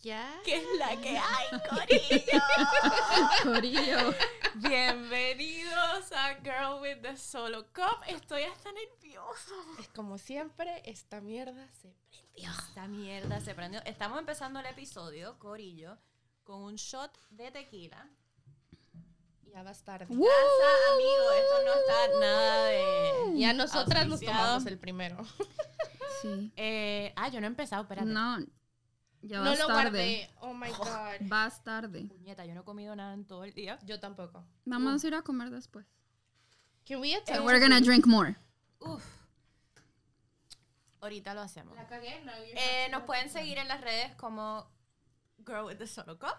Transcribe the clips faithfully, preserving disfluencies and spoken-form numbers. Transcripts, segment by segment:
ya. ¿Qué es la que hay, Corillo? Corillo. Bienvenidos a Girl with the Solo Cup. Estoy hasta nervioso. Es como siempre, esta mierda se prendió. Esta mierda se prendió. Estamos empezando el episodio, Corillo, con un shot de tequila. Ya va a estar. Casa, amigo, esto no está nada de... Ya nosotras nos auspiciado. tomamos el primero. Sí. Eh, ah, yo no he empezado, espérate. No, ya No vas lo tarde. guardé. Oh my God. Vas tarde. Puñeta, yo no he comido nada en todo el día. Yo tampoco. Vamos a ir a comer después. Can we And attend? we're gonna drink more. Uf. Ahorita lo hacemos. La cagué. No, you're Eh, not- nos pueden seguir en las redes como Girl with the Solo Cup.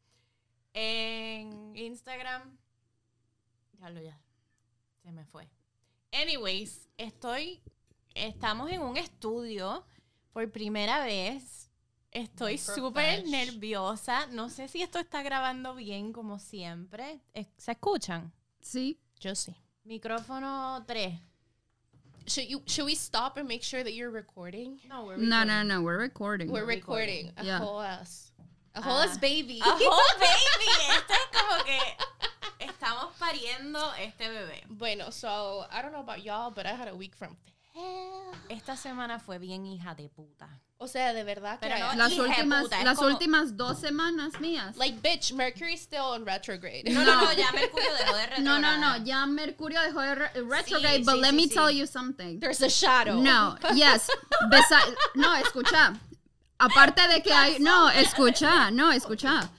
En Instagram. Ya lo ya. Se me fue. Anyways, estoy. Estamos en un estudio por primera vez. Estoy súper nerviosa. No sé si esto está grabando bien como siempre. Eh, ¿Se escuchan? Sí. Yo sí. Micrófono tres. Should you? Should we stop and make sure that you're recording? No, we're No, no, no, we're recording. We're recording. A Yeah. whole ass. A whole ass baby. A whole baby. Esto es como que estamos pariendo este bebé. Bueno, so I don't know about y'all, but I had a week from hell. Esta semana fue bien hija de puta. O sea, de verdad que Pero no, Las hija de últimas, puta, es las como- últimas dos semanas mías. like bitch, Mercury's still in retrograde. No, no, no, ya Mercurio dejó de No, retrogradar. no, no. Ya Mercurio dejó de re- retrograde, Sí, but sí, let sí, me sí. tell you something. There's a shadow. No, yes. Besi- no, escucha. Aparte de que hay... No, escucha, no, escucha.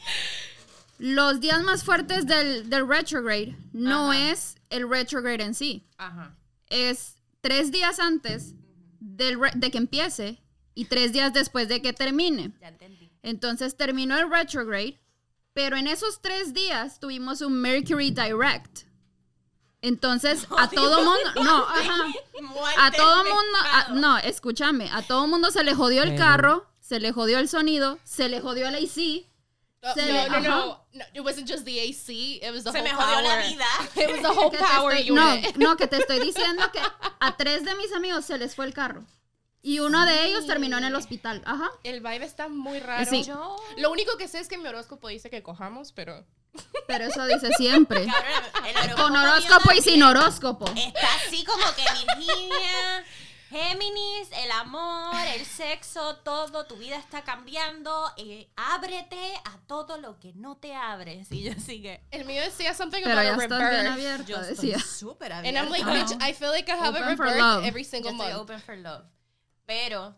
Los días más fuertes del, del retrograde no Ajá. es el retrograde en sí. Ajá. Es tres días antes del re- de que empiece y tres días después de que termine. Ya entendí. Entonces terminó el retrograde, pero en esos tres días tuvimos un Mercury Direct. Entonces a todo mundo... No, ajá. A todo mundo... a- no, escúchame. A todo mundo se le jodió el carro, se le jodió el sonido, se le jodió el A C. Uh, Se no, le- no, no, ajá. no. It wasn't just the A C. It was the Se whole me jodió power. la vida. It was the whole Que te power estoy- no, unit. no, que te estoy diciendo que a tres de mis amigos se les fue el carro. Y uno de ellos terminó en el hospital. Ajá. El vibe está muy raro. Sí. Yo, Lo único que sé es que mi horóscopo dice que cojamos, pero... Pero eso dice siempre. cabrón, el horóscopo Con mío horóscopo y también sin horóscopo. Está así como que Virginia, Géminis, el amor, el sexo, todo, tu vida está cambiando. Eh, ábrete a todo lo que no te abres. Y yo así que... El mío decía something Pero about ya a estás bien rebirth. abierto, Yo decía. estoy súper And abierta. I'm like, Ajá. bitch, I feel like I have Open a for rebirth love. every Yo single estoy month. open for love. Pero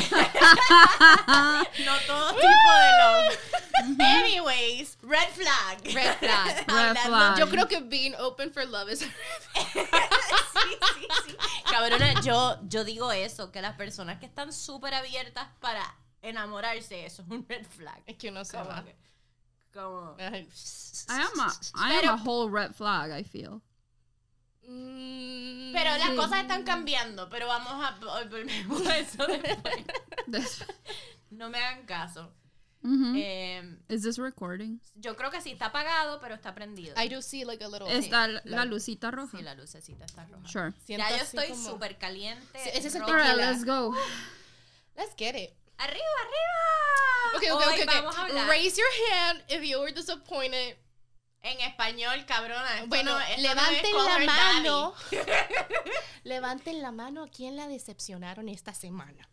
no todo tipo de love. Anyways, red flag. Red flag. Hablando- flag. Yo creo que being open for love is... sí, sí, sí. Cabrona, yo, yo digo eso, que las personas que están súper abiertas para enamorarse, eso es un red flag. Es que uno se Como va. que- como- Ay. I am a, I am a whole red flag, I feel. Mm, Pero las Sí. cosas están cambiando, pero vamos a volvemos a eso después. Des- No me hagan caso. Ujú. Eh, Is this recording? yo creo que sí está apagado, pero está prendido. I do see like a little... Está la, la lucita roja. Sí, la lucecita está roja. Sure. Siento Ya yo así estoy como- súper caliente. Sí, ese es el roja. Alright, tequila. let's go. Let's get it. ¡Arriba, arriba! Okay, okay, Hoy okay, okay. vamos a hablar Raise your hand if you were disappointed. en español, cabrona. Esto Bueno, no- esto no levanten es Call la Her mano. Daddy. Levanten la mano a quien la decepcionaron esta semana.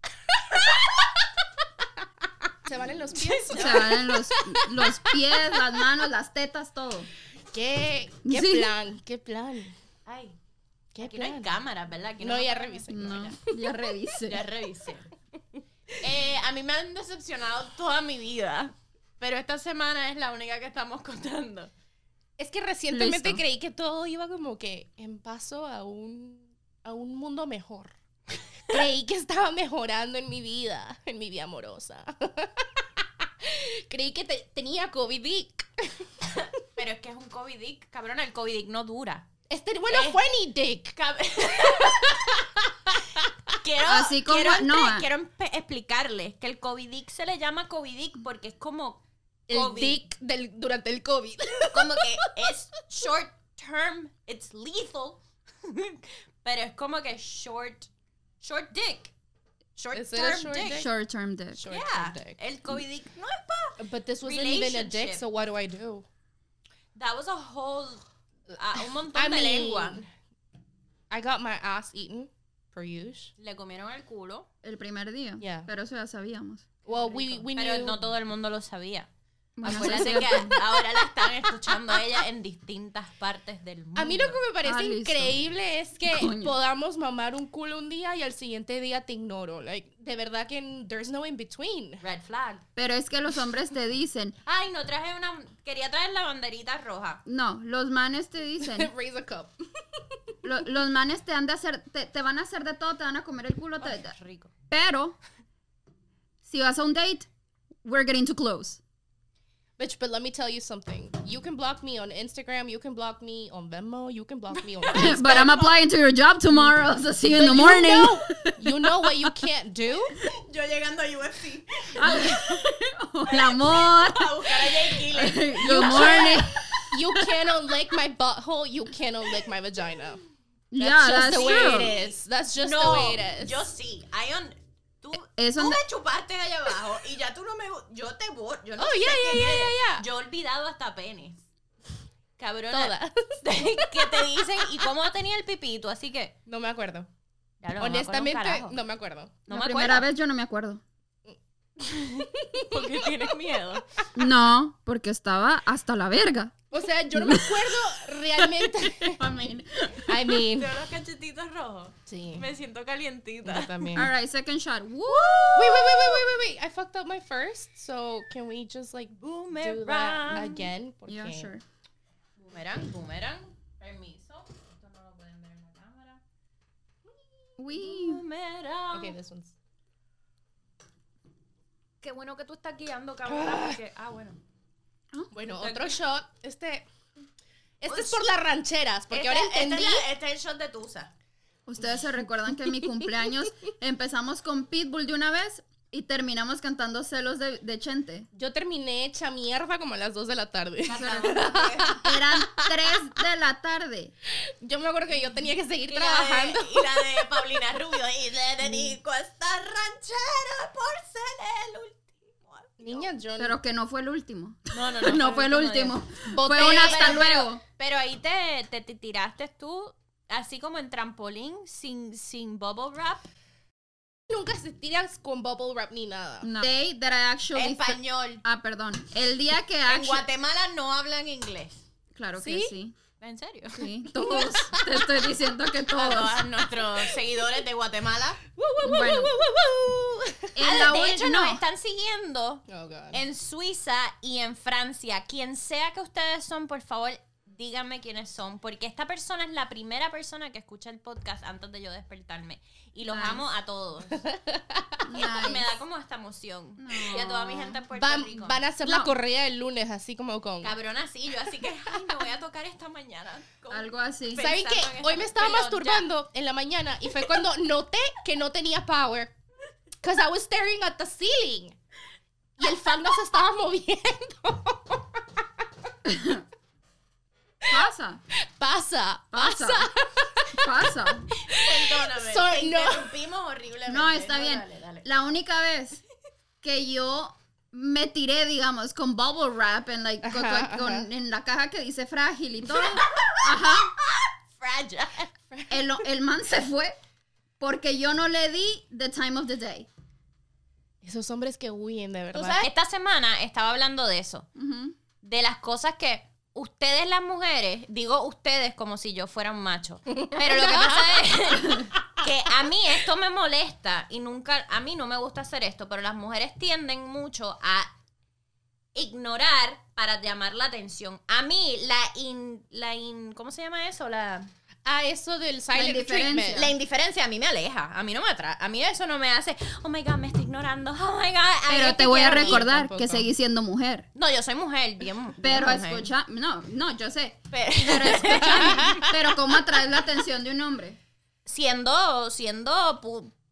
¿Se van en los pies? Se van en los, los pies, las manos, las tetas, todo. ¿Qué, qué Sí. plan? ¿Qué plan? Ay, ¿Qué aquí no hay plan? cámaras, ¿verdad? Aquí No, ya me- revisé. No, ya revisé. Ya revisé. Eh, a mí me han decepcionado toda mi vida, pero esta semana es la única que estamos contando. Es que recientemente Listo. creí que todo iba como que en paso a un, a un mundo mejor. Creí que estaba mejorando en mi vida, en mi vida amorosa. Creí que te- tenía COVID. Pero es que es un COVID, cabrona, el COVID no dura. Este, bueno, Eh. fue ni dick. Cab- quiero, Así como- quiero, entre- no. quiero empe- explicarles que el COVID se le llama COVID porque es como El COVID. dick del, durante el COVID. Como que es short term, it's lethal, pero es como que short, short dick, Short Is it a term short dick. dick? Short term dick. Short Yeah. term dick. El COVID dick no es pa. But this wasn't even a dick, Relationship. so what do I do? That was a whole. Uh, un montón I de mean, lengua. I got my ass eaten, per usual. Le comieron el culo. El primer día. Yeah. Pero eso ya sabíamos. Well, we, we Pero knew. no todo el mundo lo sabía. Bueno, Acuérdate sí, que sí. ahora la están escuchando a ella en distintas partes del mundo. A mí lo que me parece Ah, listo. increíble es que Coño. podamos mamar un culo un día y al siguiente día te ignoro. Like, de verdad que n- there's no in between. Red flag. Pero es que los hombres te dicen, Ay, no traje una. Quería traer la banderita roja. no, los manes te dicen, Raise a cup. lo- los manes te han de hacer, te, te van a hacer de todo, te van a comer el culo, te- Ay, te- rico. pero si vas a un date, we're getting too close. Bitch, but let me tell you something. You can block me on Instagram, you can block me on Venmo, you can block me on But I'm applying to your job tomorrow, so see you in the But morning. You know, you know what you can't do? Yo llegando a U F C. Hola, amor. A buscar a Jake Gyllenhaal. Good morning. You cannot lick my butthole, you cannot lick my vagina. That's Yeah, just that's the way true. it is. That's just No, the way it is. yo sí. I un- tú Eso tú no- me chupaste allá abajo y ya tú no me... Yo te borro. Yo no Oh, sé yeah, quién yeah, yeah, eres. yeah, yeah. Yo he olvidado hasta penes. Cabrona. Todas. Que te dicen, ¿y cómo tenía el pipito? Así que... No me acuerdo. Ya no, Honestamente, no me acuerdo un carajo. no me acuerdo. No La me primera acuerdo. vez yo no me acuerdo. Porque tienes miedo. No, porque estaba hasta la verga. O sea, yo no me acuerdo realmente. I mean. I mean, Tengo los cachetitos rojos. sí. Me siento calientita. Yo también. All right, second shot. Woo! Wait, wait, wait, wait, wait, wait, wait. I fucked up my first, so can we just like do that Boomerang. again? Porque Yeah, sure. Boomerang, boomerang. Permiso. Esto no lo pueden ver en la cámara. We. Boomerang. Okay, this one's. Qué bueno que tú estás guiando, cabrón. Porque... Ah, bueno. Bueno, Está otro aquí. shot. Este. Este Uy, es por las rancheras, porque Este- ahora este entendí. es la- Este es el shot de Tusa. Ustedes se recuerdan que en mi cumpleaños empezamos con Pitbull de una vez y terminamos cantando Celos de, de Chente. Yo terminé hecha mierda como a las dos de la tarde. Eran tres de la tarde. Yo me acuerdo que yo tenía que seguir Y la, de, trabajando. y la de Paulina Rubio. Y le dedico a esta ranchera por ser el último. Niña, yo no. Pero que no fue el último. No, no, No fue el último. Boté- Fue un hasta Pero- luego. Pero ahí te, te, te tiraste tú, así como en trampolín, sin, sin bubble wrap. nunca se tiras con bubble wrap ni nada. No. Day that I actually. Español. Ah, perdón. El día que En actually. Guatemala no hablan inglés. Claro que ¿Sí? sí. ¿En serio? Sí, todos. Te estoy diciendo que A todos. todos nuestros seguidores de Guatemala. Bueno, en Ah, la de ul- hecho, no. nos están siguiendo Oh, God. en Suiza y en Francia. Quien sea que ustedes son, por favor, díganme quiénes son. Porque esta persona es la primera persona que escucha el podcast antes de yo despertarme. Y los Nice. amo a todos. Nice. Me da como esta emoción. No. Y a toda mi gente en Puerto Van, Rico. van a hacer la No. correa el lunes, así como con. Cabrona, sí, yo así que, ay, me voy a tocar esta mañana. con- Algo así. Pe- ¿Saben qué? pensando en Hoy esto. me estaba Pero ya. masturbando en la mañana y fue cuando noté que no tenía power. Because I was staring at the ceiling. Y el fan no se estaba moviendo. Pasa. Pasa, Pasa. pasa. Pasa. Perdóname, So- te no. interrumpimos horriblemente. No, está bien. Dale, dale. La única vez que yo me tiré, digamos, con bubble wrap en, like, con- Ajá, con- ajá. en la caja que dice frágil y todo. Ajá. Fragile. El, el man se fue porque yo no le di the time of the day. Esos hombres que huyen, de Tú verdad. sabes, esta semana estaba hablando de eso. Ujú. De las cosas que ustedes las mujeres, digo ustedes como si yo fuera un macho, pero lo que pasa es que a mí esto me molesta y nunca, a mí no me gusta hacer esto, pero las mujeres tienden mucho a ignorar para llamar la atención. A mí la in, la in, ¿cómo se llama eso? La Ah, eso del silent indiferencia. treatment. La indiferencia a mí me aleja, a mí no me atrae, a mí eso no me hace, oh my God, me está ignorando, oh my God. ay, Pero es te que voy a quiero ir. recordar tampoco. que seguí siendo mujer. No, yo soy mujer, bien. bien Pero mujer. escucha, no, no, yo sé. Pero- Pero escúchame, pero ¿cómo atraes la atención de un hombre? siendo, siendo pu-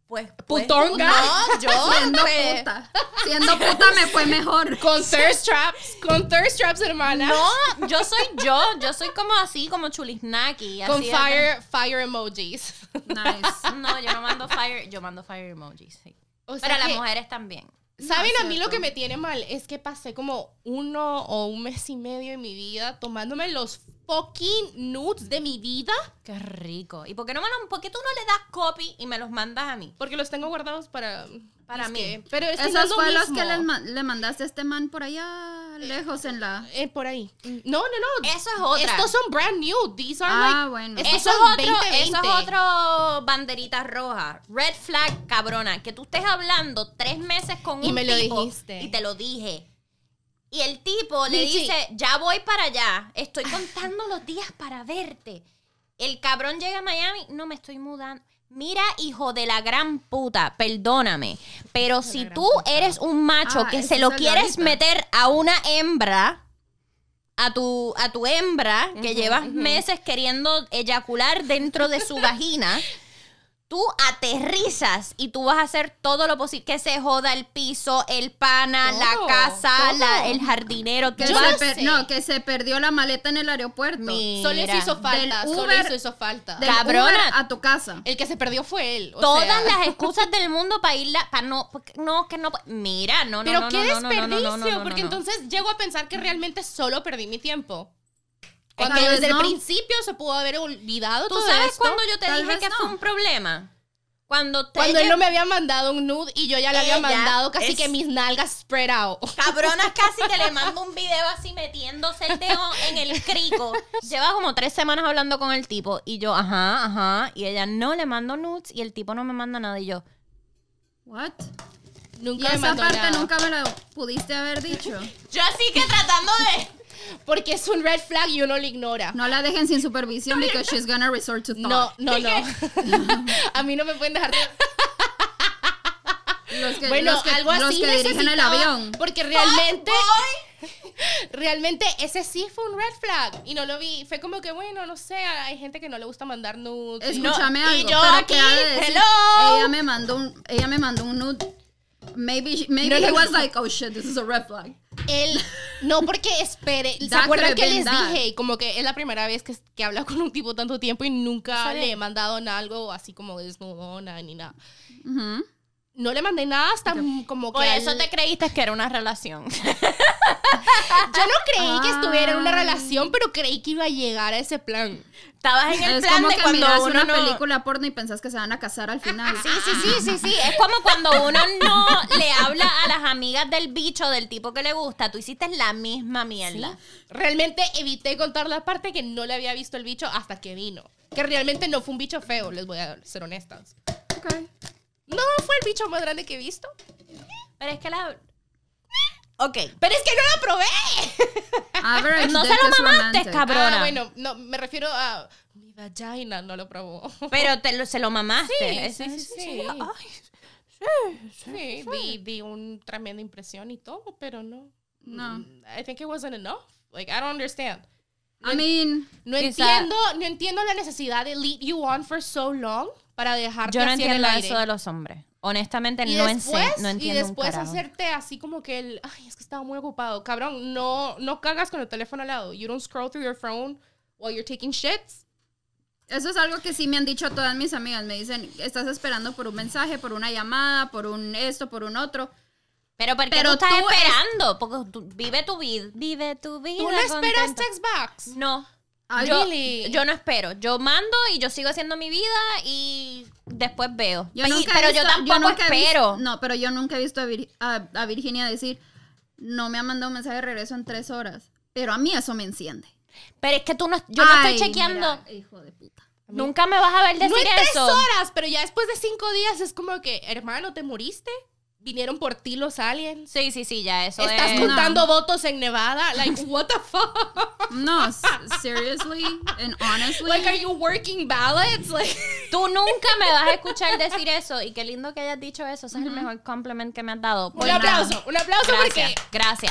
Pues, pues Putonga. no, yo Siendo pues, puta. Siendo puta me fue mejor. Con thirst traps, con thirst traps, hermana. No, yo soy yo, yo soy como así, como chulisnaki. Con así de- fire, fire emojis. Nice. No, yo no mando fire, yo mando fire emojis, sí. O sea Pero las que- mujeres también. ¿Saben No, a mí lo cierto. que me tiene mal? Es que pasé como uno o un mes y medio de mi vida tomándome los fucking nudes de mi vida. Qué rico. ¿Y por qué no me lo, por qué tú no le das copy y me los mandas a mí? Porque los tengo guardados para... Para es mí. que- pero es que no es Esos lo fue los mismo. que les ma- le mandaste a este man por allá lejos en la... Eh, por ahí. No, no, no. Eso es otra. Estos son brand new. These are Ah, like... bueno. estos Eso es, son otro, veinte veinte. eso es otro banderita roja. Red flag, cabrona. Que tú estés hablando tres meses con Y un me lo tipo dijiste. y te lo dije. Y el tipo le Michi. dice, ya voy para allá. Estoy contando los días para verte. El cabrón llega a Miami. No, me estoy mudando. Mira, hijo de la gran puta, perdóname. Pero si gran tú puta. eres un macho Ah, que ese se lo salió quieres ahorita. meter a una hembra... A tu, a tu hembra que llevas meses queriendo eyacular dentro de su vagina, tú aterrizas y tú vas a hacer todo lo posible. Que se joda el piso, el pana, Todo, la casa, todo. la- el jardinero. Que Tú Yo se vas- no per- sé. no, que se perdió la maleta en el aeropuerto. Mi- Solo les Mira, hizo falta. del Solo Uber- les hizo falta. Del Cabrona. Uber a tu casa. El que se perdió fue él. o todas sea. las excusas del mundo para ir para no, porque- no, que no. Mira, no, no, Pero no, qué no, no, no, desperdicio, no, no, no, no, porque no. entonces llego a pensar que realmente solo perdí mi tiempo. Cuando Tal vez desde no. el principio se pudo haber olvidado ¿Tú todo sabes esto. cuando yo te Tal dije vez que no. fue un problema? Cuando te Cuando él no me había mandado un nude y yo ya le había Ella mandado casi es- que mis nalgas spread out. Cabrona, casi que le mando un video así metiéndose el dedo en el crico. Lleva como tres semanas hablando con el tipo. Y yo, ajá, ajá. Y ella, no, le mando nudes. Y el tipo no me manda nada. Y yo, What? Y Nunca me esa mandó parte nada. nunca me la pudiste haber dicho. yo así que tratando de... Porque es un red flag y uno lo ignora. No la dejen sin supervisión because she's gonna resort to No, thought. no, no. A mí no me pueden dejar... Los que, Bueno, los que, algo los así que dirigen el necesitaba, avión. Porque realmente... Realmente ese sí fue un red flag y no lo vi. Fue como que, bueno, no sé, hay gente que no le gusta mandar nudes. y- Escúchame No, y algo. yo pero aquí, que ha de decir, hello. ella me mandó un, ella me mandó un nude. Maybe, she- maybe No, no, he no. was like, oh shit, this is a red flag. Él, no, porque espere. ¿Se That acuerdan could que have les been that. dije? Como que es la primera vez que, que hablo con un tipo tanto tiempo y nunca ¿Sabe? le he mandado nada, algo así como desnudona ni nada. Ujú. No le mandé nada hasta como que. Por al- eso te creíste que era una relación. Yo no creí que estuviera en una Ay. relación, pero creí que iba a llegar a ese plan. Estabas en el Es plan como de que cuando miras uno una no... película porno y pensás que se van a casar al final. Sí, sí, sí, sí, sí. Es como cuando uno no le habla a las amigas del bicho del tipo que le gusta. Tú hiciste la misma mierda. Realmente evité contar la parte que no le había visto el bicho hasta que vino. Que realmente no fue un bicho feo, les voy a ser honestas. Okay. No fue el bicho más grande que he visto. Pero es que la... Ok. Pero es que no lo probé. Average No se dick lo is mamaste, romantic. cabrona. Ah, bueno, no, me refiero a mi vagina, no lo probó. Pero te lo, se lo mamaste. Sí, Es- sí, es- sí. Ay, Sí, di, di un tremenda impresión y todo, pero no. No. I think it wasn't enough. Like, I don't understand. I mean, No Quizá- entiendo, no entiendo la necesidad de lead you on for so long para dejarte Yo no así en el entiendo aire. eso de los hombres. Honestamente, Y no, después, ense- no y entiendo un después carajo. hacerte así como que el, ay, es que estaba muy ocupado. Cabrón, no, no cagas con el teléfono al lado. You don't scroll through your phone while you're taking shits. eso es algo que sí me han dicho todas mis amigas. Me dicen, estás esperando por un mensaje, por una llamada, por un esto, por un otro. Pero ¿por qué Pero tú estás tú es- esperando? Porque tú, vive tu vida. Vive tu vida. Tú no esperas contenta. text backs. No. Ay, Yo, really? yo no espero. Yo mando y yo sigo haciendo mi vida y después veo. Yo Y- nunca he pero yo visto- tampoco nunca he visto- espero. no, pero yo nunca he visto a, Vir- a- a Virginia decir, no me ha mandado un mensaje de regreso en tres horas. Pero a mí eso me enciende. Pero es que tú no... Yo no Ay, estoy chequeando. mira, hijo de puta. Nunca me vas a ver decir No en tres eso. horas, pero ya después de cinco días es como que, hermano, ¿te moriste? ¿Vinieron por ti los aliens? Sí, sí, sí, ya eso ¿Estás es... contando votos en Nevada? Like, what the fuck? No, s- seriously and honestly. Like, are you working ballots? Like, Tú nunca me vas a escuchar decir eso. Y qué lindo que hayas dicho eso. Ese es el mejor compliment que me has dado. un aplauso, un aplauso Gracias, porque... gracias.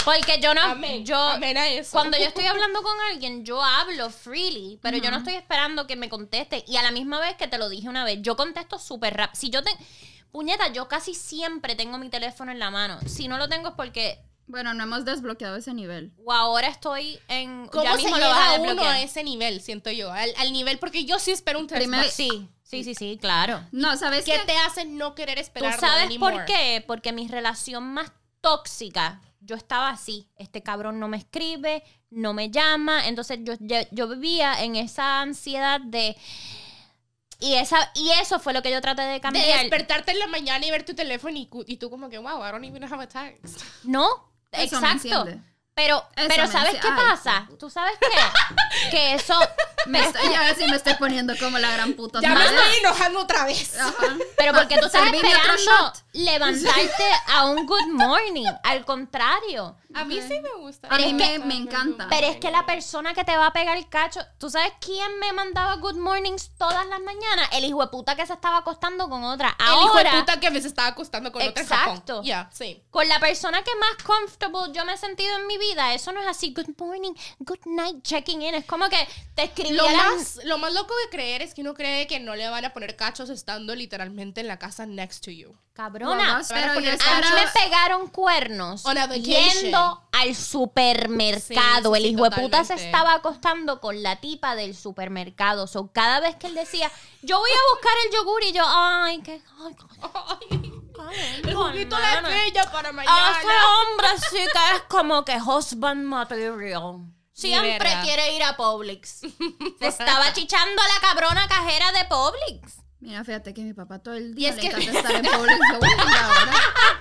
Porque yo no, Amén, yo, amén a eso. cuando yo estoy hablando con alguien, yo hablo freely, pero Ujú. yo no estoy esperando que me conteste. Y a la misma vez que te lo dije una vez, yo contesto súper rápido. Si yo te, puñeta, yo casi siempre tengo mi teléfono en la mano. Si no lo tengo es porque, Bueno, no hemos desbloqueado ese nivel. o ahora estoy en, ya ¿Cómo se mismo lo vas a llega uno desbloquear. a ese nivel, siento yo? Al, al nivel, porque yo sí espero un text Primero- box. Sí, sí, sí, sí, claro. No, ¿sabes ¿Qué qué? te hace no querer ¿Tú esperar sabes por qué? Porque mi relación más tóxica, yo estaba así. Este cabrón no me escribe, no me llama. Entonces yo, yo, yo vivía en esa ansiedad de... Y, esa, y eso fue lo que yo traté de De cambiar. despertarte en la mañana y ver tu teléfono y, cu- y tú como que, wow, I don't even have a text. No, Eso me exacto. enciende. Pero, Eso pero me ¿sabes enci- qué ay, pasa? ¿Tú sabes qué? Que eso... Me estoy, ya ves si me estoy poniendo como la gran puta Ya me madre. estoy enojando otra vez. Ajá. Pero porque tú estás Servirme otro esperando shot. levantarte a un good morning. Al contrario. A mí sí me gusta. A mí Pero es me, me encanta. Pero es que la persona que te va a pegar el cacho, ¿tú sabes quién me mandaba good mornings todas las mañanas? El hijo de puta que se estaba acostando con otra. El hijo Ahora, de puta que me se estaba acostando con otra en Japón. Exacto. Ya, sí. con la persona que más comfortable yo me he sentido en mi vida, eso no es así, good morning, good night, checking in. Es como que te Lo escribieran... más, lo más loco de creer es que uno cree que no le van a poner cachos estando literalmente en la casa next to you. Cabrona. Lo espero, Para yo poner- A mí espero- me pegaron cuernos On a vacation. yendo al supermercado. Sí, sí, el sí, hijo de puta se totalmente. estaba acostando con la tipa del supermercado. So, cada vez que él decía, yo voy a buscar el yogur, y yo, ay, qué... Ay, Ay, el juguito de nena. estrella para mañana. Ese hombre sí que es como que husband material. Siempre verdad. quiere ir a Publix. Se estaba chichando a la cabrona cajera de Publix. Mira, fíjate que mi papá todo el día es le que- encanta estar en Publix. Yo, uy, ahora.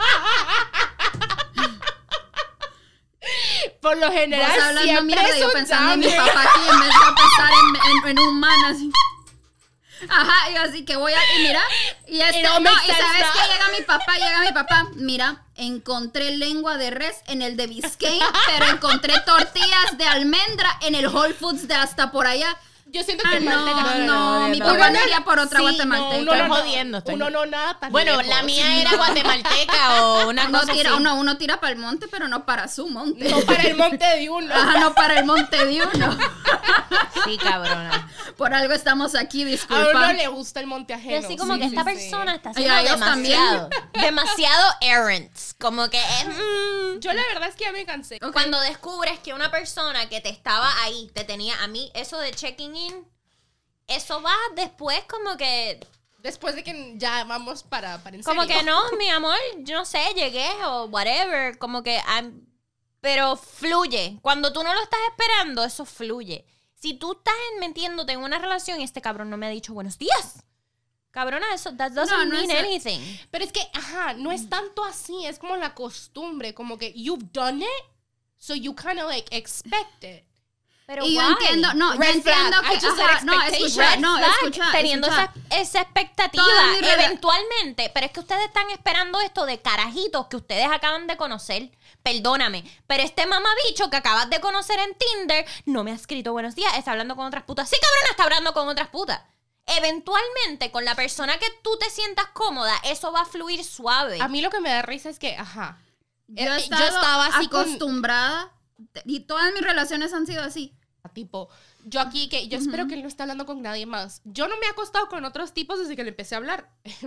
Por lo Vos general, hablando siempre mierda, es yo un pensando en mi downer. papá aquí en vez de pensar en, en, en un man así. Ajá, y así que voy a... Y mira, y este... It all No, makes y sense ¿sabes now. qué? Llega mi papá, llega mi papá. Mira, encontré lengua de res en el de Biscayne, pero encontré tortillas de almendra en el Whole Foods de hasta por allá. Yo siento Ah, que no, manteca- no, mi no, papá no. no iría por otra Sí, guatemalteca. no, uno Estoy no, jodiendo, estoy uno no nada tan Bueno, lejos. la mía era guatemalteca o una Uno cosa tira, así. uno, uno tira para el monte, pero no para su monte. No para el monte de uno. Ajá, no para el monte de uno. Sí, cabrona. Por algo estamos aquí, A uno disculpa. le gusta el monte Y ajeno. así como Sí, que sí, esta sí. persona está Y haciendo a ellos también. demasiado. Demasiado errands. Como que es... mm, Yo la verdad es que ya me cansé. Ok. Cuando descubres que una persona que te estaba ahí, te tenía a mí, eso de checking in, eso va después como que... Después de que ya vamos para, para en Como serio. que no, mi amor, yo no sé, llegué o whatever, como que... I'm- pero fluye. Cuando tú no lo estás esperando, eso fluye. Si tú estás metiéndote en una relación y este cabrón no me ha dicho buenos días. Cabrona, eso that doesn't No, no mean es- anything. Pero es que, ajá, no es tanto así. Es como la costumbre. Como que you've done it, so you kind of like expect it. Pero Y yo why? entiendo, no, yo Red entiendo flag. I que, just said ajá, no, expectation. escucha, Red no, flag, escucha, teniendo escucha. esa, esa expectativa Toda mi rela- eventualmente, pero es que ustedes están esperando esto de carajitos que ustedes acaban de conocer. Perdóname, pero este mamabicho que acabas de conocer en Tinder no me ha escrito buenos días, está hablando con otras putas. Sí, cabrona, está hablando con otras putas. Eventualmente, con la persona que tú te sientas cómoda, eso va a fluir suave. A mí lo que me da risa es que, ajá. Yo, eh, he yo estado estaba así con- acostumbrada y todas mis relaciones han sido así. Tipo, yo aquí que yo espero que él no esté hablando con nadie más. Yo no me he acostado con otros tipos desde que le empecé a hablar.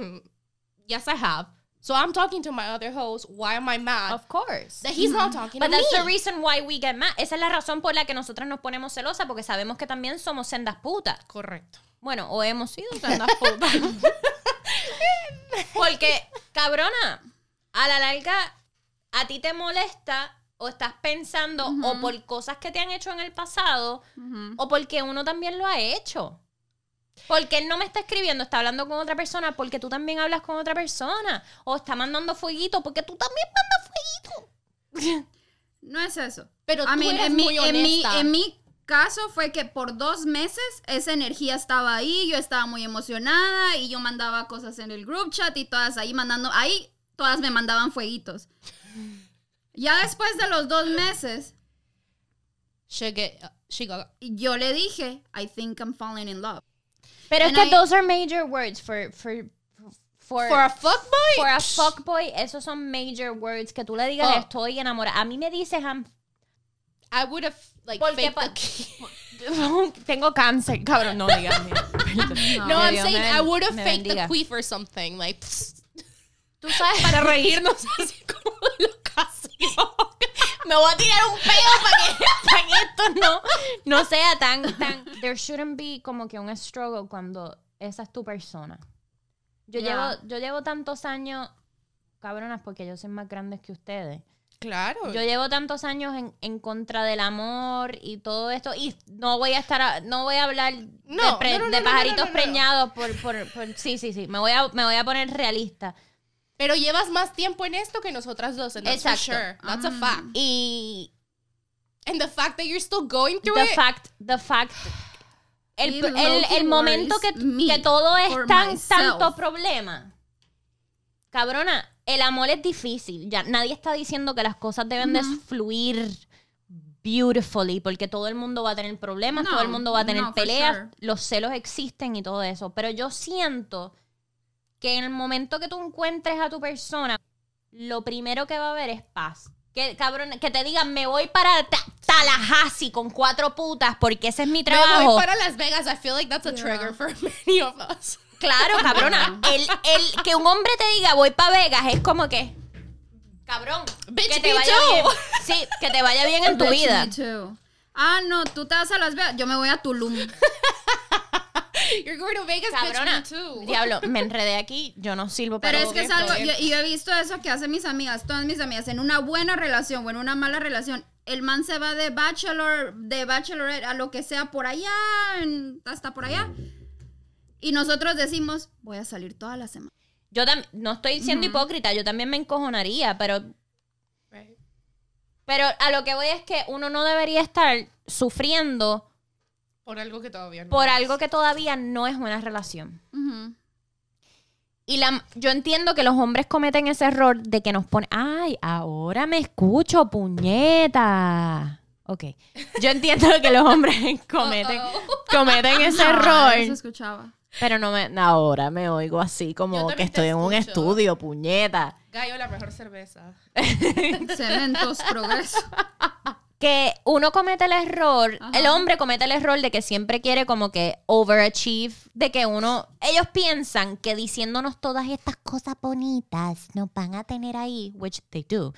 Yes, I have. So I'm talking to my other host. Why am I mad Of course. that he's not talking But to that's me? the reason why we get mad. Esa es la razón por la que nosotras nos ponemos celosas, porque sabemos que también somos sendas putas. Correcto. Bueno, o hemos sido sendas putas. Porque, cabrona, a la larga, a ti te molesta o estás pensando o por cosas que te han hecho en el pasado Ujú. o porque uno también lo ha hecho. Porque él no me está escribiendo, está hablando con otra persona porque tú también hablas con otra persona. O está mandando fueguito porque tú también mandas fueguito. No es eso. Pero A tú mí, eres en, mi, muy en, mi, honesta. en mi caso fue que por dos meses esa energía estaba ahí, yo estaba muy emocionada y yo mandaba cosas en el group chat y todas ahí mandando, ahí todas me mandaban fueguitos. Ya después de los dos meses, She get, uh, she got, yo le dije, I think I'm falling in love. Pero es And que I- those are major words for, for, For, For a fuckboy? For a fuckboy, esos son major words. Que tú le digas, Oh. estoy enamorada. A mí me dices, I'm... I would have, like, Porque faked pa- the key. Tengo cáncer, cabrón. No digas. No, Que I'm Dios saying me- I would have me faked bendiga. the queef or something. Like, Tú sabes... para reírnos así como de la ocasión. Me voy a tirar un pedo para que, para que esto no, no sea tan, tan... There shouldn't be como que un struggle cuando esa es tu persona. Yo, Yeah. llevo, yo llevo tantos años, cabronas, porque yo soy más grande que ustedes. Claro. Yo llevo tantos años en, en contra del amor y todo esto. Y no voy a estar, a- no voy a hablar No, de, pre- no, no, de no, no, pajaritos no, no, no. preñados por, por, por... Sí, sí, sí. Me voy a, me voy a poner realista. Pero llevas más tiempo en esto que nosotras dos, and that's for Exacto. sure. That's a fact. Y... And the fact that you're still going through The it. fact, the fact... El, Even el, low-key el momento que, worries me que todo es for tan, myself. tanto problema. Cabrona, el amor es difícil. Ya nadie está diciendo que las cosas deben de fluir beautifully, porque todo el mundo va a tener problemas, No, todo el mundo va a tener no, for peleas, sure. los celos existen y todo eso. Pero yo siento que en el momento que tú encuentres a tu persona, lo primero que va a haber es paz. Que, cabrón, que te digan, me voy para Ta- Tallahassee con cuatro putas porque ese es mi Me trabajo. voy para Las Vegas. I feel like that's a Yeah. trigger for many of us. Claro, cabrona. El, el, que un hombre te diga, voy para Vegas, es como que, cabrón, Bitch, que te me vaya too. bien. Sí, que te vaya bien en tu Bitch, vida. me too. Ah, no, tú te vas a Las Vegas, yo me voy a Tulum. You're going to Vegas, Cabrona, bitch, me too. diablo, me enredé aquí, yo no sirvo para Pero es que es está algo, bien. yo, y yo he visto eso que hacen mis amigas, todas mis amigas, en una buena relación o en una mala relación, el man se va de bachelor, de bachelorette a lo que sea por allá, en- hasta por allá. Y nosotros decimos, voy a salir toda la semana. Yo tam- no estoy siendo hipócrita, yo también me encojonaría, pero, Right. pero a lo que voy es que uno no debería estar sufriendo Por algo que todavía no. por es. algo que todavía no es una relación. Ujú. Y la, yo entiendo que los hombres cometen ese error de que nos ponen, ay, ahora me escucho, puñeta. Ok. Yo entiendo que los hombres cometen, Uh-oh. cometen ese Ah, error. no se escuchaba. Pero no me, ahora me oigo así Yo como también que te estoy en un escucho. estudio, puñeta. Gallo, la mejor cerveza. Cementos, progreso. Que uno comete el error, Ajá. el hombre comete el error de que siempre quiere como que overachieve, de que uno, ellos piensan que diciéndonos todas estas cosas bonitas nos van a tener ahí, which they do.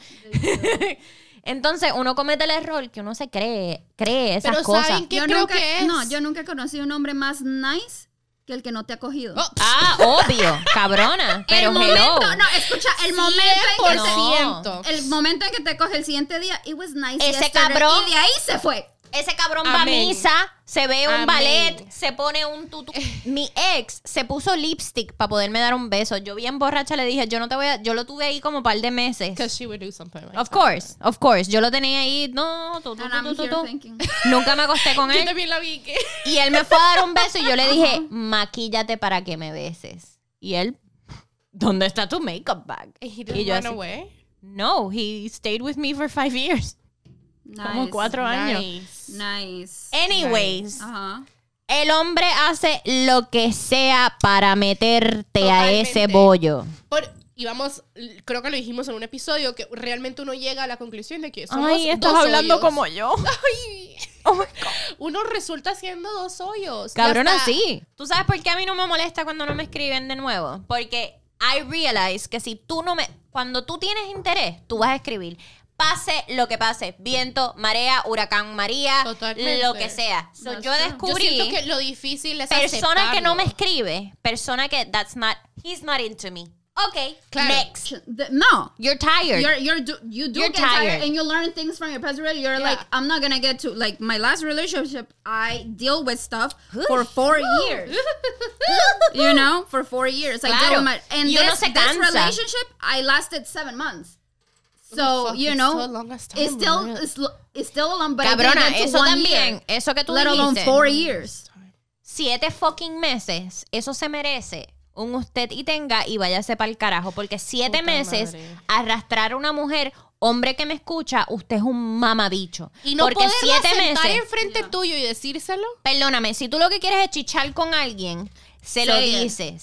Entonces uno comete el error que uno se cree, cree esas Pero cosas. ¿saben qué Yo creo nunca, que es? No, yo nunca he conocido un hombre más nice que el que no te ha cogido. Oh, Ah, obvio, cabrona, pero el hello. momento, no, escucha, el momento en que No. ciento. te, el momento en que te coge el siguiente día, it was nice Ese yesterday, cabrón- y de ahí se fue. Ese cabrón va a Amén. misa, se ve un Amén. ballet, se pone un tutú. Mi ex se puso lipstick para poderme dar un beso. Yo bien borracha le dije, yo no te voy a... Yo lo tuve ahí como un par de meses. Because she would do something like Of that. course, of course. Yo lo tenía ahí, no, tu, tu, And tu, I'm tu, tu, here tu. thinking. Nunca me acosté con Yo él. también la vi que... Y él me fue a dar un beso y yo le dije, maquíllate para que me beses. Y él, ¿dónde está tu makeup bag? He Y didn't yo run así, away. no, he stayed with me for five years. Como Nice. cuatro años. Nice. Nice. Anyways, Ajá. el hombre hace lo que sea para meterte a Totalmente. ese bollo. Por, y vamos, l- creo que lo dijimos en un episodio, que realmente uno llega a la conclusión de que somos Ay, estás dos hablando hoyos. como yo. Ay. Oh my God. Uno resulta siendo dos hoyos. Y Cabrona, hasta- sí. ¿Tú sabes por qué a mí no me molesta cuando no me escriben de nuevo? Porque I realize que si tú no me... Cuando tú tienes interés, tú vas a escribir. Pase lo que pase. Viento, marea, huracán María, Totalmente. lo que sea. So, That's yo true. Yo descubrí... siento que lo difícil es persona que no me aceptarlo. escribe, persona que that's not... He's not into me. Okay, Claro. next. The- no. You're tired. You're, you're do, you do You're get tired. tired. and you learn things from your past relationship. You're Yeah. like, I'm not gonna get to, like, my last relationship, I deal with stuff for four years. You know, for four years. I Claro. deal with my, and Y uno this, se this cansa. relationship, I lasted seven months. So, Fuck, you it's know, still a long ass time, it's still, man. it's, lo- it's still a long, but I Cabrona, didn't get to eso one también, year, eso que tú let alone dijiste. four years. Siete fucking meses, eso se merece un usted y tenga y váyase para el carajo. Porque siete Puta meses madre. arrastrar a una mujer, hombre que me escucha, usted es un mamabicho. Y no porque poderla siete sentar meses. enfrente tuyo y decírselo. Perdóname, si tú lo que quieres es chichar con alguien, se lo Say it. dices.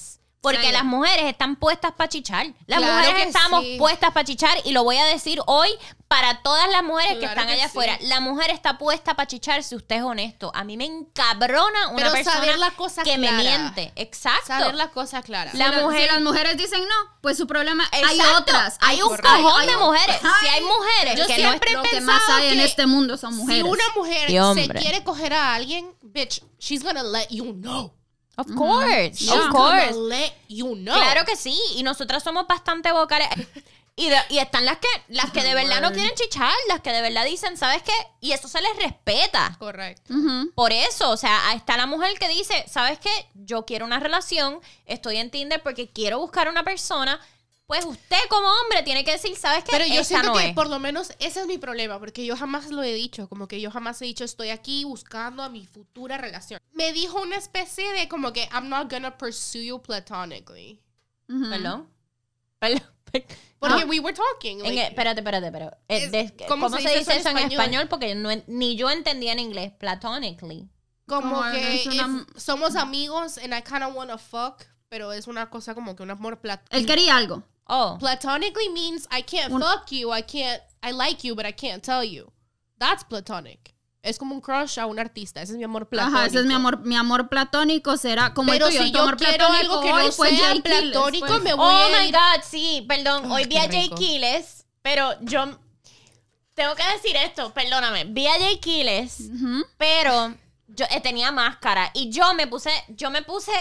Porque Sí. las mujeres están puestas para chichar. Las Claro mujeres que estamos sí. puestas para chichar y lo voy a decir hoy para todas las mujeres que Claro están que allá sí. afuera. La mujer está puesta para chichar si usted es honesto. A mí me encabrona una Pero persona saber la cosa que me clara. miente. Exacto. Saber la cosa clara. La Si la- mujer- si las mujeres dicen no, pues su problema. Hay Exacto. otras. Hay un correcto. cojón hay- de hay- mujeres. Si hay Ay, mujeres yo que no siempre es... Lo he que más pensado hay en que este mundo son mujeres. Si una mujer Y se hombre. quiere coger a alguien, bitch, she's gonna let you know. Of course, Yeah. of She's course. gonna let you know. Claro que sí, y nosotras somos bastante vocales. Y, de- y están las que las que de verdad no Word. quieren chichar, las que de verdad dicen, ¿sabes qué? Y eso se les respeta. Correcto. Ujú. Por eso, o sea, ahí está la mujer que dice, ¿sabes qué? Yo quiero una relación, estoy en Tinder porque quiero buscar una persona. Pues usted como hombre tiene que decir, ¿sabes qué? Pero yo Esta siento no que es. por lo menos ese es mi problema, porque yo jamás lo he dicho, como que yo jamás he dicho estoy aquí buscando a mi futura relación. Me dijo una especie de como que I'm not gonna pursue you platonically. Ujú. Perdón. Perdón. Porque Ah. we were talking. En- like, espérate, espérate, pero eh, Es- de- ¿cómo ¿cómo, se se dice dice eso eso en en español? español? Porque no en- ni yo entendía en inglés, platonically. como como que es una- if somos amigos and I kind of wanna fuck, pero es una cosa como que un amor plat Él quería algo. Oh. platonically means I can't Un- fuck you, I can't, I like you, but I can't tell you. That's platonic. Es como un crush a un artista. Ese es mi amor platónico. Ajá, ese es mi amor, mi amor platónico será como Pero el tuyo. si Tu yo amor quiero platónico algo que hoy no fue sea Jay Quiles, platónico, pues. me voy Oh a my ir- God, sí, perdón. Ay, Hoy vi a qué Jay rico. Quiles, pero yo tengo que decir esto, perdóname. Vi a Jay Quiles, Ujú. pero yo eh, tenía máscara y yo me puse, yo me puse,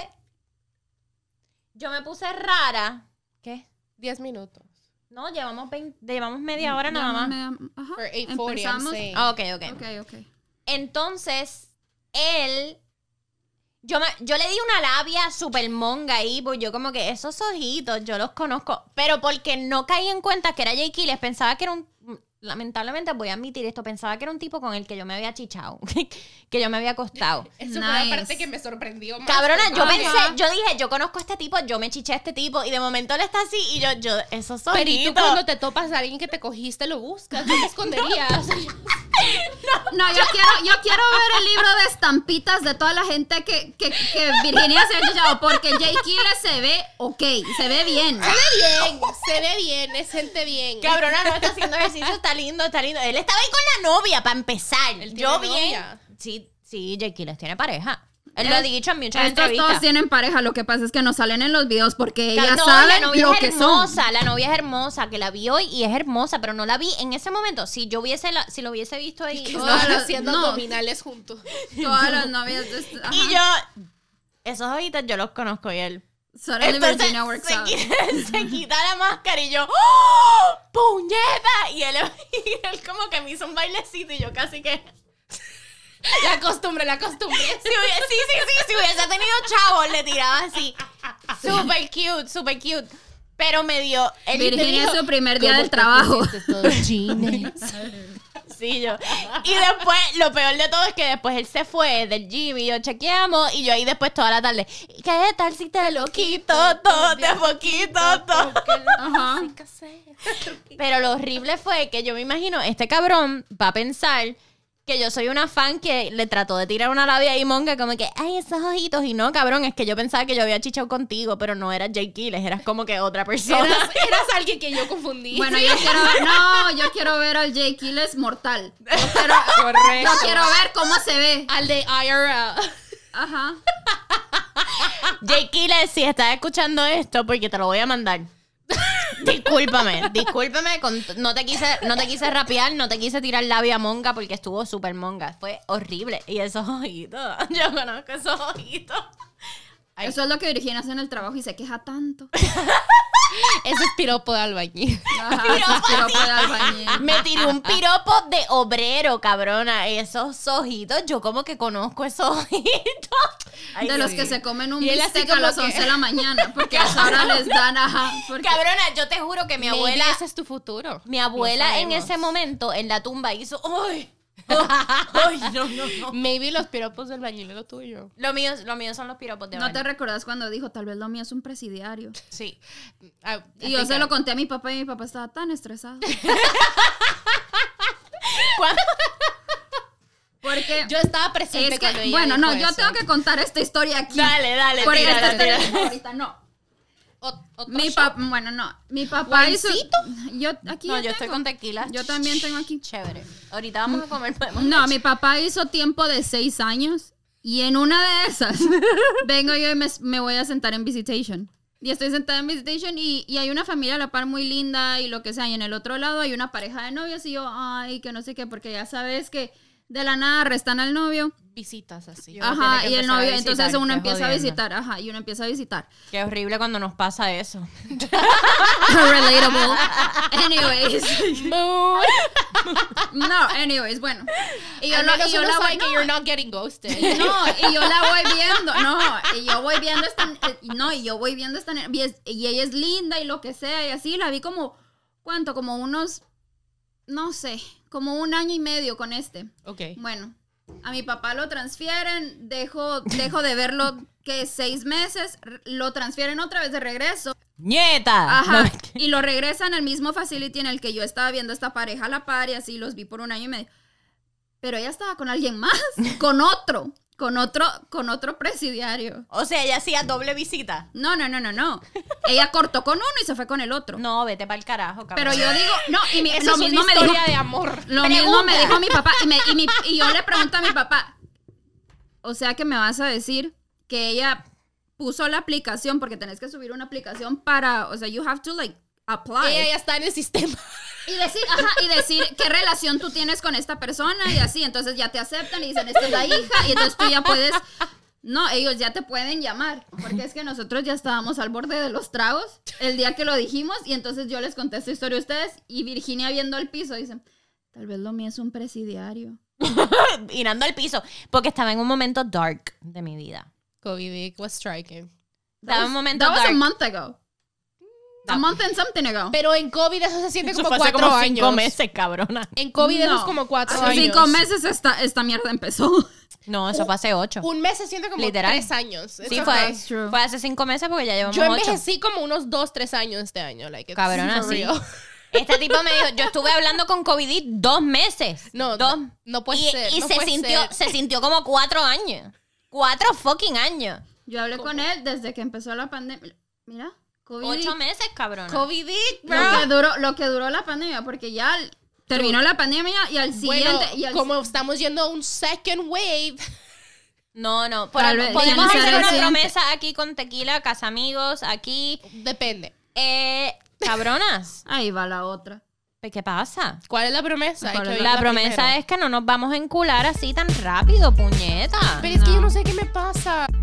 yo me puse rara. ¿Qué? diez minutos. No, llevamos veinte, llevamos media hora nada más. Llámame a- Ajá. Or eight forty, I'm Empezamos. saying. Ah, ok, ok. Ok, ok. Entonces, él, yo, me, yo le di una labia super monga ahí, porque yo como que esos ojitos, yo los conozco, pero porque no caí en cuenta que era Jay Quiles, pensaba que era un, lamentablemente voy a admitir esto, pensaba que era un tipo con el que yo me había chichado, que yo me había acostado. Eso fue la Nice. parte que me sorprendió más. Cabrona, yo Ajá. pensé, yo dije, yo conozco a este tipo, yo me chiché a este tipo, y de momento él está así, y yo, yo, esos Pero y tú ojitos. cuando te topas a alguien que te cogiste, lo buscas. ¿Dónde te esconderías? No, yo quiero, yo quiero ver el libro de estampitas de toda la gente que, que, que Virginia se ha chichado, porque Jay Quiles se ve ok, se ve bien. Se ve bien, se ve bien, es gente bien. Cabrona, no está haciendo ejercicio, está lindo, está lindo. Él estaba ahí con la novia para empezar. Él Yo tiene bien. novia. Sí, sí, Jay Quiles tiene pareja. Él lo ha dicho en muchas Estos todos entrevistas. tienen pareja, lo que pasa es que no salen en los videos porque Ca- ellas no, la saben novia lo es que son. hermosa, la novia es hermosa, que la vi hoy y es hermosa, pero no la vi en ese momento. Si yo hubiese la, si lo hubiese visto ahí. Que no. Todas estaban las- haciendo no. abdominales juntos. Todas las novias de este, ajá. Y yo, esos ojitos yo los conozco y él. Suddenly Entonces, Virginia works se, out. qui- se quita la máscara y yo, ¡oh! ¡Puñeta! Y él, y él como que me hizo un bailecito y yo casi que... La costumbre, la costumbre. Si hubiese, sí, sí, sí, si hubiese tenido chavos, le tiraba así. Super cute, super cute. Pero me dio... él me Virginia dijo- es su primer día del trabajo. Sí, yo. Y después, lo peor de todo es que después él se fue del gym y yo chequeamos y yo ahí después toda la tarde. ¿Qué tal si te lo quito todo de poquito todo? Ajá. Pero lo horrible fue que yo me imagino, este cabrón va a pensar que yo soy una fan que le trató de tirar una labia y monga como que, ay, esos ojitos. Y no, cabrón, es que yo pensaba que yo había chichado contigo, pero no eras Jay Quiles, eras como que otra persona. Eras, eras alguien que yo confundí. Bueno, yo quiero ver, no, yo quiero ver al Jay Quiles mortal. Yo quiero, Correcto. yo quiero ver cómo se ve. Al de I R L. Ajá. Jay Quiles, si estás escuchando esto, porque te lo voy a mandar. Discúlpame, discúlpame, con- no te quise, no te quise rapear, no te quise tirar labia monga porque estuvo súper monga, fue horrible. Y esos ojitos, yo conozco esos ojitos. Ay. Eso es lo que Virginia hace en el trabajo y se queja tanto. Ese es piropo de albañil. Ajá, eso es piropo de albañil. Me tiró un piropo de obrero, cabrona. Esos ojitos, yo como que conozco esos ojitos. Ay, De los sí. que se comen un Y él así bistec a como las que- once de la mañana, porque a esa hora les dan, ajá. Porque Cabrona, yo te juro que mi Maybe abuela, ese es tu futuro. mi abuela No en sabemos. ese momento en la tumba hizo, ¡ay! ¡Ay, no, no, no! Maybe los piropos del albañil es lo tuyo. Lo mío, lo mío son los piropos de no te baño. recuerdas cuando dijo, tal vez lo mío es un presidiario. Sí. I- I Y yo think se I- lo conté a mi papá y mi papá estaba tan estresado. ¿Cuándo? Porque Yo estaba presente es cuando que, ella bueno, no, dijo yo eso. tengo que contar esta historia aquí. Dale, dale, Porque tírala, esta historia tírala. ahorita no. o- otro Mi shot? papá, bueno, no. Mi papá hizo. ¿Winesito? Yo, aquí No, ya yo estoy tengo. con tequila. Yo también tengo aquí. Chévere. Ahorita vamos a comer. podemos- No, mi papá hizo tiempo de seis años y en una de esas vengo yo y me, me voy a sentar en Visitation. Y estoy sentada en Visitation y, y hay una familia a la par muy linda y lo que sea. Y en el otro lado hay una pareja de novios y yo, ay, que no sé qué, porque ya sabes que de la nada arrestan al novio. Visitas así. Yo- Ajá, tiene que y el empezar a novio, visitar, entonces uno qué empieza a jodienda. visitar, ajá, y uno empieza a visitar. Qué horrible cuando nos pasa eso. Relatable. Anyways. Mood. No, anyways, bueno. Y yo, Al lo- menos y yo uno la sabe voy, que no, you're not getting ghosted. no, y yo la voy viendo, no, y yo voy viendo esta, eh, no, y yo voy viendo esta, y, es- y ella es linda y lo que sea, y así, la vi como, ¿cuánto? Como unos, no sé, como un año y medio con este. Ok. Bueno, a mi papá lo transfieren, dejo, dejo de verlo, que seis meses, r- lo transfieren otra vez de regreso. ¡Nieta! Ajá, No, y lo regresan al mismo facility en el que yo estaba viendo esta pareja a la par y así los vi por un año y medio. Pero ella estaba con alguien más, con otro, con otro, con otro presidiario. o sea, ella hacía doble visita. No, no, no, no, no. Ella cortó con uno y se fue con el otro. No, vete para el carajo, cabrón. Pero yo digo, no, y mi- Eso lo es mismo una me dijo, historia de amor. lo Pregunta. mismo me dijo mi papá y, me- y mi- y yo le pregunto a mi papá, o sea que me vas a decir que ella puso la aplicación porque tenés que subir una aplicación para, o sea, you have to like apply. Ella ya está en el sistema. Y decir, ajá, y decir qué relación tú tienes con esta persona y así, entonces ya te aceptan y dicen, esta es la hija, y entonces tú ya puedes, no, ellos ya te pueden llamar, porque es que nosotros ya estábamos al borde de los tragos el día que lo dijimos, y entonces yo les conté esta historia a ustedes, y Virginia viendo el piso dicen, tal vez lo mío es un presidiario. Mirando al piso. Porque estaba en un momento dark de mi vida. COVID was striking. Estaba en un momento That was a dark. month ago. A month and something ago. Pero en COVID eso se siente Eso como fue hace cuatro como años. cinco meses, cabrona. En COVID eso No. es como cuatro Hace años. cinco meses esta, esta mierda empezó. No, eso fue hace ocho. Un mes se siente como Literal. tres años. Sí, Eso fue, That's true. fue hace cinco meses porque ya llevamos Yo ocho. envejecí como unos dos, tres años este año. Like, it's Cabrona, for sí. real. Este tipo me dijo, yo estuve hablando con COVID dos meses. No, dos. no, no puede y, ser, Y no se puede sintió, ser. se sintió como cuatro años. Cuatro fucking años. Yo hablé con él desde que empezó la pandemia. Mira, COVID. Ocho meses, cabrona. COVID, Lo bro. que duró, lo que duró la pandemia, porque ya al- terminó la pandemia y al siguiente. Bueno, y al, como estamos yendo a un second wave. No, no. Por- Tal vez, podemos quién hacer sabe una si- promesa aquí con Tequila, Casamigos, aquí. Depende. Eh, cabronas. Ahí va la otra. ¿Qué pasa? ¿Cuál es la promesa? Hay ¿Cuál que es oírla La promesa primero. es que no nos vamos a encular así tan rápido, puñeta. Pero es que No. yo no sé qué me pasa.